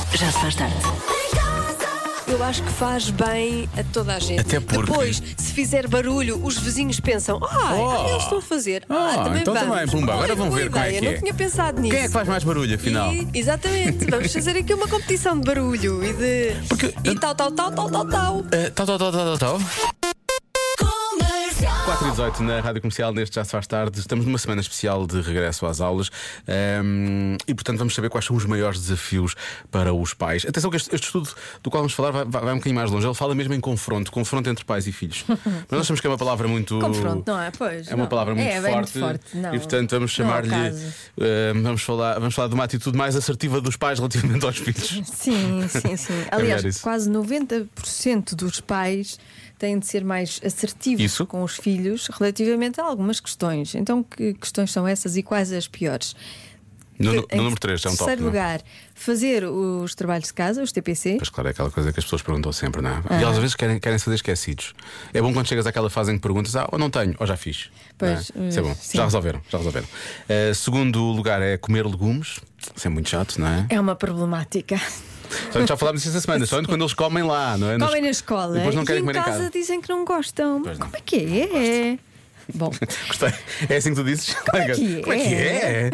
Já se faz tarde. Eu acho que faz bem a toda a gente. Até porque... Depois, se fizer barulho, os vizinhos pensam: eles estão a fazer. Também então vamos. também, pumba, agora vão ver como é que Eu é. não tinha pensado nisso. Quem é que faz mais barulho, afinal? Exatamente, vamos fazer aqui uma competição de barulho e de. E tal. 4h18 na Rádio Comercial, neste Já se faz tarde. Estamos numa semana especial de regresso às aulas e, portanto, vamos saber quais são os maiores desafios para os pais. Atenção que este estudo do qual vamos falar vai um bocadinho mais longe. Ele fala mesmo em confronto entre pais e filhos. Mas nós achamos que é uma palavra muito... Confronto, não é? Pois. É uma palavra muito forte. Não, e, portanto, vamos chamar-lhe... vamos falar de uma atitude mais assertiva dos pais relativamente aos filhos. Sim. Aliás, quase 90% dos pais têm de ser mais assertivos com os filhos relativamente a algumas questões. Então, que questões são essas e quais as piores? No número 3, é um top. Em terceiro lugar, fazer os trabalhos de casa, os TPC. Pois claro, é aquela coisa que as pessoas perguntam sempre, não é? E elas às vezes querem se fazer esquecidos. É bom quando chegas àquela fase em que perguntas: ou não tenho, ou já fiz. Pois, Isso é bom, já resolveram. Segundo lugar é comer legumes. Isso é muito chato, não é? É uma problemática. Já falámos disso essa semana, só quando eles comem lá, não é? Comem na escola depois não querem e comer em casa dizem que não gostam. Como é que é? Bom, gostei. É assim que tu dizes? Como é que é?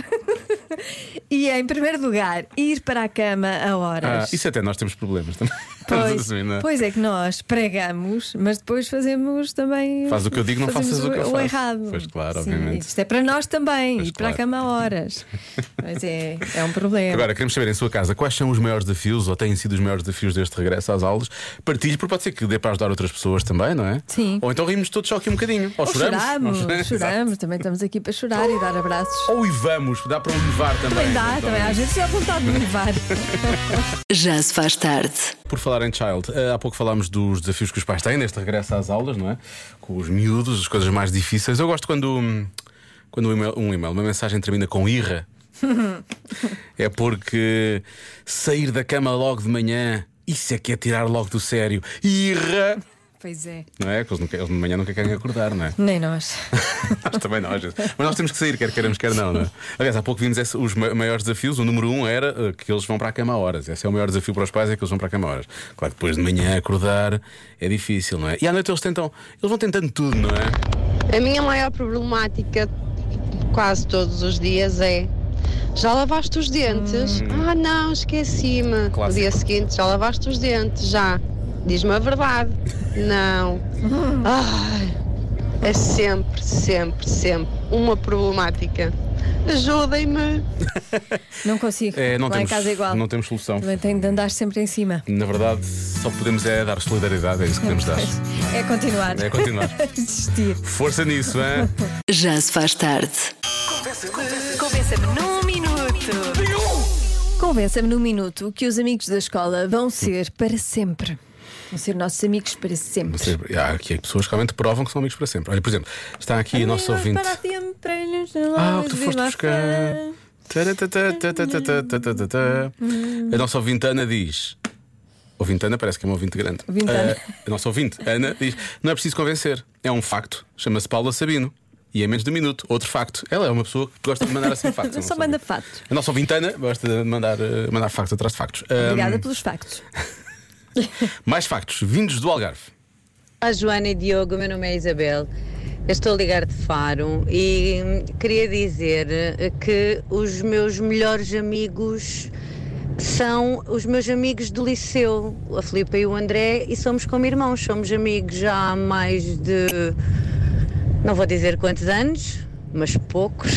E em primeiro lugar, ir para a cama a horas. Isso até nós temos problemas também. Pois é que nós pregamos, mas depois fazemos também. Faz o que eu digo, não faças o que eu faço. O errado. Pois claro, Sim, obviamente. isto é para nós também, Pois ir para a cama a horas. Mas é um problema. Agora, queremos saber em sua casa quais são os maiores desafios, ou têm sido os maiores desafios deste regresso às aulas. Partilhe, porque pode ser que dê para ajudar outras pessoas também, não é? Sim. Ou então rimos todos só aqui um bocadinho. Ou choramos, também estamos aqui para chorar e dar abraços. Ou ivamos, dá para uivar também. Também dá, também às vezes dá vontade de uivar. Já se faz tarde. Por falar em child, há pouco falámos dos desafios que os pais têm neste regresso às aulas, não é? Com os miúdos, as coisas mais difíceis. Eu gosto quando uma mensagem termina com irra. É porque sair da cama logo de manhã, isso é que é tirar logo do sério. Irra! Pois é. Não é? Porque eles de manhã nunca querem acordar, não é? Nem nós. Nós também não, às vezes. Mas nós temos que sair, quer queiramos, quer não, não é? Aliás, há pouco vimos os maiores desafios. O número 1 era que eles vão para a cama a horas. Esse é o maior desafio para os pais, é que eles vão para a cama a horas. Claro que depois de manhã acordar é difícil, não é? E à noite eles vão tentando tudo, não é? A minha maior problemática quase todos os dias é: já lavaste os dentes? Não, esqueci-me. No dia seguinte, já lavaste os dentes? Já. Diz-me a verdade. Não. É sempre uma problemática. Ajudem-me. Não consigo. Lá em casa é igual. Não temos solução. Também tenho de andar sempre em cima. Na verdade, só podemos dar solidariedade. É isso que podemos dar. É continuar. Desistir. Força nisso, hein? Já se faz tarde. Convença-me num minuto. Convença-me num minuto que os amigos da escola vão ser para sempre. Vão ser nossos amigos para sempre. Há aqui pessoas que realmente provam que são amigos para sempre. Olha, por exemplo, está aqui a nossa ouvinte. O que tu foste buscar. A nossa ouvinte Ana diz. Ouvinte Ana parece que é uma ouvinte grande. A nossa ouvinte Ana diz: não é preciso convencer, é um facto. Chama-se Paula Sabino. E em menos de um minuto, outro facto. Ela é uma pessoa que gosta de mandar assim factos. Só manda factos. A nossa ouvinte Ana gosta de mandar factos atrás de factos. Obrigada pelos factos. Mais factos, vindos do Algarve. Olá Joana e Diogo, meu nome é Isabel. Eu estou a ligar de Faro e queria dizer que os meus melhores amigos são os meus amigos do liceu, a Filipa e o André, e somos como irmãos, somos amigos já há mais de, não vou dizer quantos anos, mas poucos.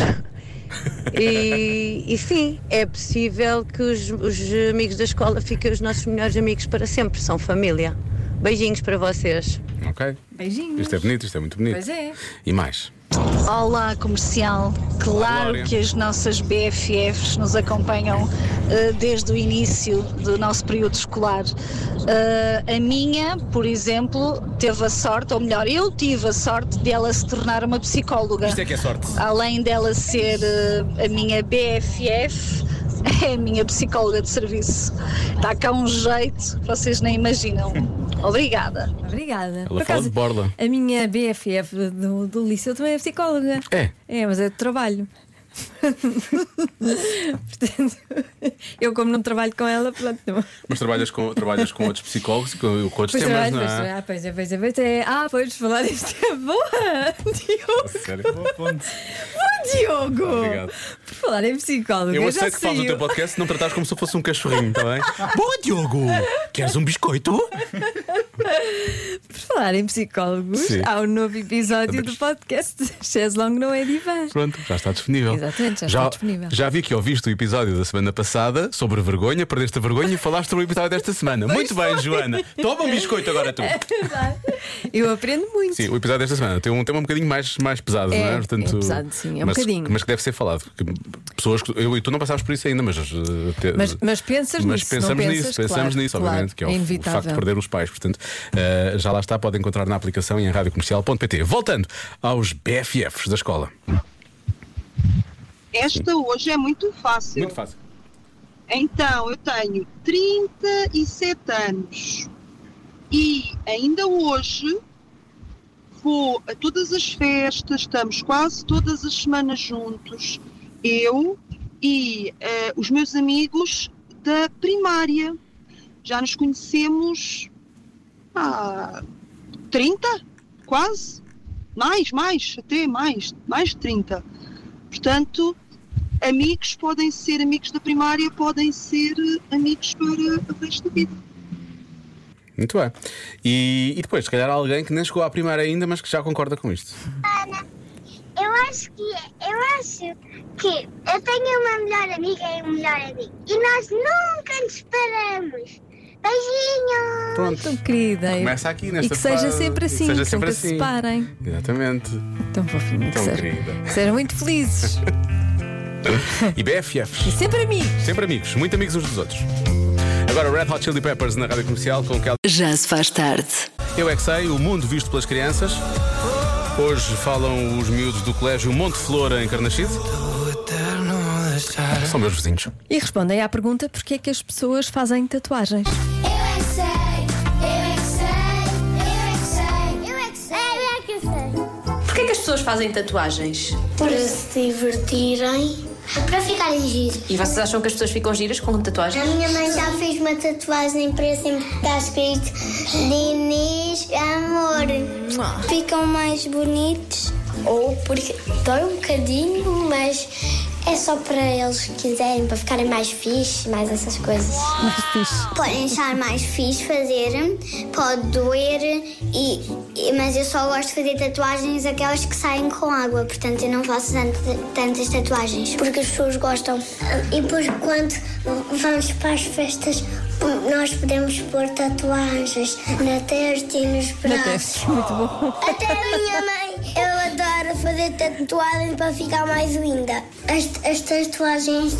E sim, é possível que os amigos da escola fiquem os nossos melhores amigos para sempre, são família. Beijinhos para vocês. Ok. Beijinhos. Isto é bonito, isto é muito bonito. Pois é. E mais? Olá, comercial. Claro que as nossas BFFs nos acompanham desde o início do nosso período escolar. A minha, por exemplo, teve a sorte, ou melhor, eu tive a sorte de ela se tornar uma psicóloga. Isto é que é sorte. Além dela ser a minha BFF, é a minha psicóloga de serviço. Está cá um jeito que vocês nem imaginam. Obrigada. Obrigada. Ela fala de borla. A minha BFF do liceu também é psicóloga. É? É, mas é de trabalho. Portanto, eu como não trabalho com ela, pronto, não. Mas trabalhas com outros psicólogos e com outros temas, não é? Pois é. Pois falar isto é boa, Diogo. Sério, boa ponte. Diogo! Obrigado. Por falar em psicólogo, eu aceito que fales o teu podcast se não tratares como se eu fosse um cachorrinho, está bem? Boa, Diogo! Queres um biscoito? Por falar em psicólogos, sim, há um novo episódio do podcast Chaise Longue não é divã. Pronto, já está disponível. Exatamente, já está disponível. Já vi que ouviste o episódio da semana passada sobre a vergonha, perdeste a vergonha e falaste sobre o episódio desta semana. Pois muito bem, Joana. Toma um biscoito agora tu. Eu aprendo muito. Sim, o episódio desta semana tem um tema um bocadinho mais pesado, não é? Portanto, é pesado, sim, é um bocadinho. Mas que deve ser falado. Pessoas que eu e tu não passámos por isso ainda, mas pensas mas nisso. Pensamos nisso, obviamente, que é o facto de perder os pais. Portanto, já lá está, pode encontrar na aplicação e em radiocomercial.pt. Voltando aos BFFs da escola. Esta hoje é muito fácil. Muito fácil. Então, eu tenho 37 anos e ainda hoje vou a todas as festas, estamos quase todas as semanas juntos, eu e os meus amigos da primária. Já nos conhecemos há 30, quase, mais de 30. Portanto, amigos podem ser amigos da primária, podem ser amigos para o resto da vida. Muito bem. E depois, se calhar alguém que nem chegou à primária ainda, mas que já concorda com isto. Ana, eu acho que eu tenho uma melhor amiga e um melhor amigo. E nós nunca nos separamos. Beijinhos! Pronto, querida. Começa aqui nesta E que seja sempre assim, que nunca se separem. Exatamente. Tão fofinho, tão querida. Que sejam muito felizes. E BFFs. E sempre amigos. Sempre amigos, muito amigos uns dos outros. Agora Red Hot Chili Peppers na Rádio Comercial com o que Já se faz tarde. Eu é que sei, o mundo visto pelas crianças. Hoje falam os miúdos do colégio Monte Flor em Carnaxide. São meus vizinhos. E respondem à pergunta: porquê é que as pessoas fazem tatuagens? Eu é que sei, eu é que sei, eu é que sei, eu é que sei, eu é que sei. Porquê é que as pessoas fazem tatuagens? Para se divertirem. Para ficarem giros. E vocês acham que as pessoas ficam giras com tatuagens? A minha mãe já fez uma tatuagem para sempre que está escrito Dinis Amor. Ficam mais bonitos. Ou porque dói um bocadinho, mas é só para eles quiserem, para ficarem mais fixe, mais essas coisas. Mais fixe. Podem achar mais fixe fazer, pode doer, mas eu só gosto de fazer tatuagens aquelas que saem com água, portanto eu não faço tantas tatuagens, porque as pessoas gostam. E depois quando vamos para as festas, nós podemos pôr tatuagens na testa e nos braços. Muito bom. Até a minha mãe, eu adoro fazer tatuagens para ficar mais linda. As tatuagens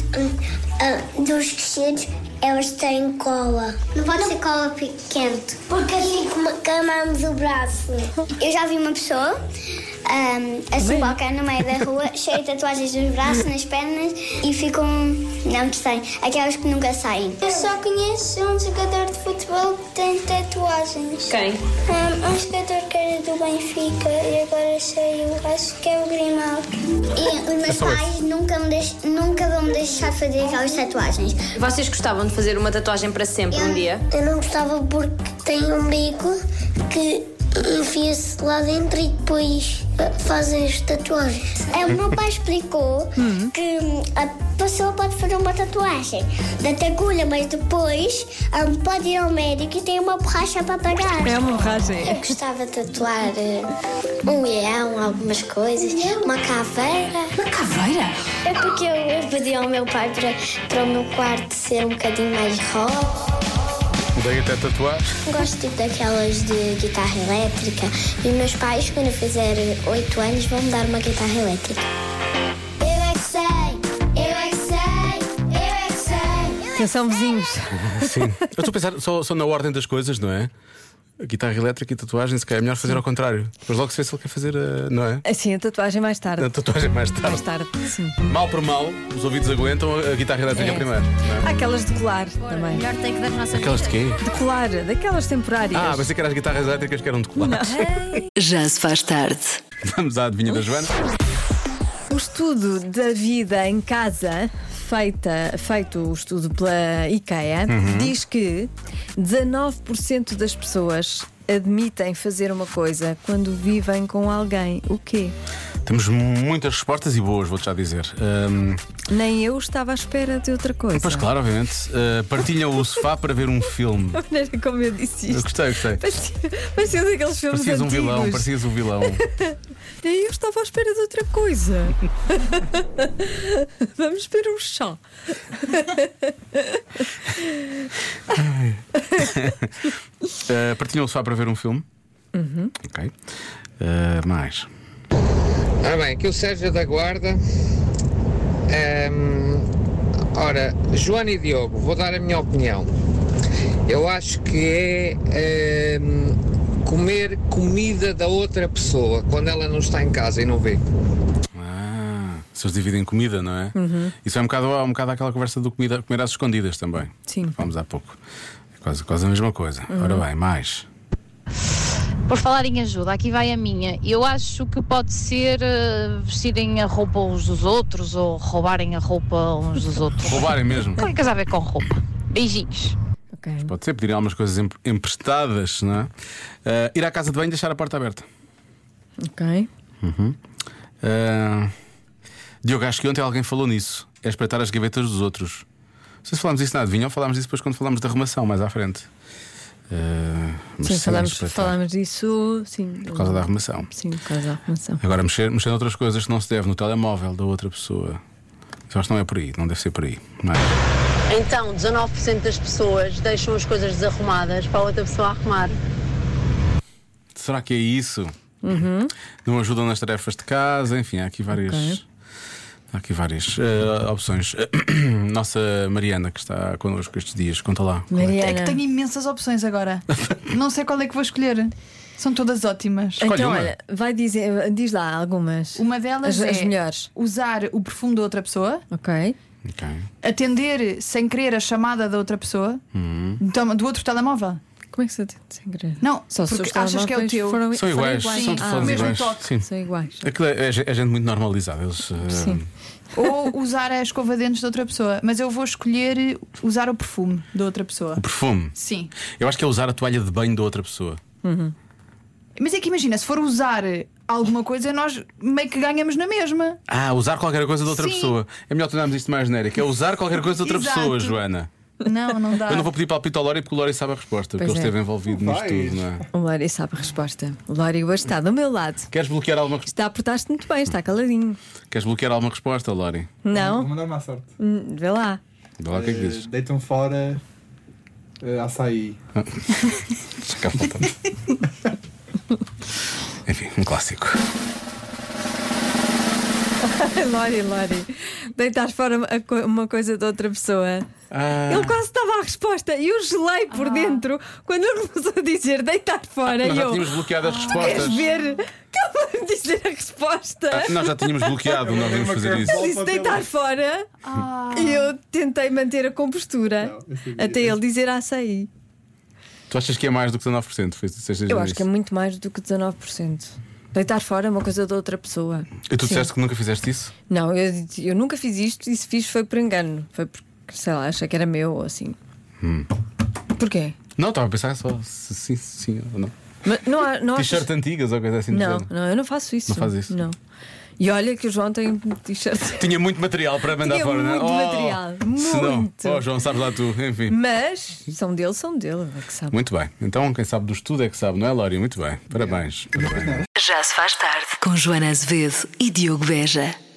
dos crescidos, elas têm cola. Não pode ser cola quente, porque assim queimamos o braço. Eu já vi uma pessoa assim qualquer no meio da rua, cheia de tatuagens nos braços, nas pernas e ficam, não sei, aquelas que nunca saem. Eu só conheço um jogador de futebol que tem tatuagens. Quem? Um jogador que era do Benfica e agora saiu, acho que é o Grimaldo. E os meus pais nunca vão me deixar fazer aquelas tatuagens. Vocês gostavam de fazer uma tatuagem para sempre um dia? Eu não gostava porque tem um bico que enfia-se lá dentro e depois fazem as tatuagens. O meu pai explicou que a pessoa pode fazer uma tatuagem da agulha, mas depois pode ir ao médico e tem uma borracha para pagar. É uma borracha. Eu gostava de tatuar um leão, algumas coisas, uma caveira. Uma caveira? É porque eu pedi ao meu pai para o meu quarto ser um bocadinho mais rosa. Daí até tatuar. Gosto tipo daquelas de guitarra elétrica. E meus pais, quando eu fizer 8 anos, vão me dar uma guitarra elétrica. Eu é que sei, eu é que sei, eu é que sei. Atenção, vizinhos. Sim. Eu estou a pensar só na ordem das coisas, não é? A guitarra elétrica e tatuagem, se calhar é melhor fazer ao contrário. Depois logo se vê se ele quer fazer, não é? Assim, a tatuagem mais tarde. A tatuagem mais tarde. Mais tarde, sim. Mal por mal, os ouvidos aguentam, a guitarra elétrica primeiro. Não é? Há aquelas de colar também. Melhor take das nossas Aquelas de quê? De colar, daquelas temporárias. Pensei que eram as guitarras elétricas que eram de colar. Já se faz tarde. Vamos à adivinha da Joana. estudo da vida em casa, feito o estudo pela IKEA, diz que 19% das pessoas admitem fazer uma coisa quando vivem com alguém. O quê? Temos muitas respostas e boas, vou-te já dizer. Nem eu estava à espera de outra coisa. Pois claro, obviamente. Partilham o sofá para ver um filme. A maneira como eu disse isto. Gostei. Parecia daqueles filmes Parecias antigos. Parecias um vilão. Nem eu estava à espera de outra coisa. Vamos ver um chá. Partilham o sofá para ver um filme. Ok. Mais. Ora bem, aqui o Sérgio da Guarda. Ora, Joana e Diogo, vou dar a minha opinião. Eu acho que é comer comida da outra pessoa quando ela não está em casa e não vê. Se eles dividem comida, não é? Isso é um bocado aquela conversa do comer às escondidas também. Sim. Falamos há pouco. É quase a mesma coisa. Ora bem, mais. Por falar em ajuda, aqui vai a minha. Eu acho que pode ser vestirem a roupa uns dos outros ou roubarem a roupa uns dos outros. Roubarem mesmo? Tem que a ver com roupa. Beijinhos. Okay. Pode ser pedirem algumas coisas emprestadas, não é? Ir à casa de banho e deixar a porta aberta. Ok. Diogo, acho que ontem alguém falou nisso. É espreitar as gavetas dos outros. Não sei se falámos disso na adivinha ou falámos disso depois quando falámos da arrumação, mais à frente. Sim, falámos disso, sim. Por causa da arrumação. Sim, por causa da arrumação. Agora, mexer em outras coisas que não se deve no telemóvel da outra pessoa. Eu acho que não é por aí, não deve ser por aí. Não é? Então, 19% das pessoas deixam as coisas desarrumadas para a outra pessoa arrumar. Será que é isso? Não ajudam nas tarefas de casa, enfim, há aqui várias. Okay. Há aqui várias opções. Nossa Mariana, que está connosco estes dias, conta lá. É que tenho imensas opções agora. Não sei qual é que vou escolher. São todas ótimas. Então, olha, diz lá algumas. Uma delas as melhores. Usar o perfume da outra pessoa. Ok. Atender sem querer a chamada da outra pessoa. Do outro telemóvel. Como é que se atende sem querer? Não, só porque achas que é o teu. São iguais. São o mesmo toque. Sim. São iguais. Aquilo é gente muito normalizada. Eles, Sim. Ou usar a escova de dentes de outra pessoa. Mas eu vou escolher usar o perfume da outra pessoa. O perfume? Sim. Eu acho que é usar a toalha de banho da outra pessoa. Mas é que imagina, se for usar alguma coisa, nós meio que ganhamos na mesma. Usar qualquer coisa de outra pessoa. É melhor tornarmos isto mais genérico. É usar qualquer coisa de outra pessoa, Joana. Não dá. Eu não vou pedir palpite ao Lori porque o Lori sabe a resposta. Porque ele esteve envolvido nisto tudo, não é? O Lori sabe a resposta. O Lori hoje está do meu lado. Queres bloquear alguma resposta? Está, portaste muito bem, está caladinho. Queres bloquear alguma resposta, Lori? Não. Vou mandar uma sorte. Vê lá. Vê lá o que é que dizes. Deitam fora açaí. Enfim, um clássico. Lori, deitar fora uma coisa de outra pessoa. Ele quase estava à resposta e eu gelei por dentro quando ele começou a dizer deitar fora. Nós já tínhamos bloqueado as respostas. Queres ver? Acaba de dizer a resposta. Nós já tínhamos bloqueado, nós íamos fazer isso. Ele disse deitar fora e eu tentei manter a compostura até ele dizer açaí. Tu achas que é mais do que 19%? Eu acho que é muito mais do que 19%. Deitar fora é uma coisa de outra pessoa. E tu disseste que nunca fizeste isso? Não, eu nunca fiz isto e se fiz foi por engano. Foi porque, sei lá, achei que era meu ou assim. Porquê? Não, estava a pensar só se sim ou não. Mas não T-shirt antigas ou coisa assim. Não, eu não faço isso. Não faz isso? Não. E olha que o João tem t-shirt. Tinha muito material para mandar fora, não é? Muito material, muito. João, sabes lá tu, enfim. Mas são dele, é que sabe. Muito bem, então quem sabe do estudo é que sabe, não é, Lori? Muito bem, parabéns. Já se faz tarde com Joana Azevedo e Diogo Beja.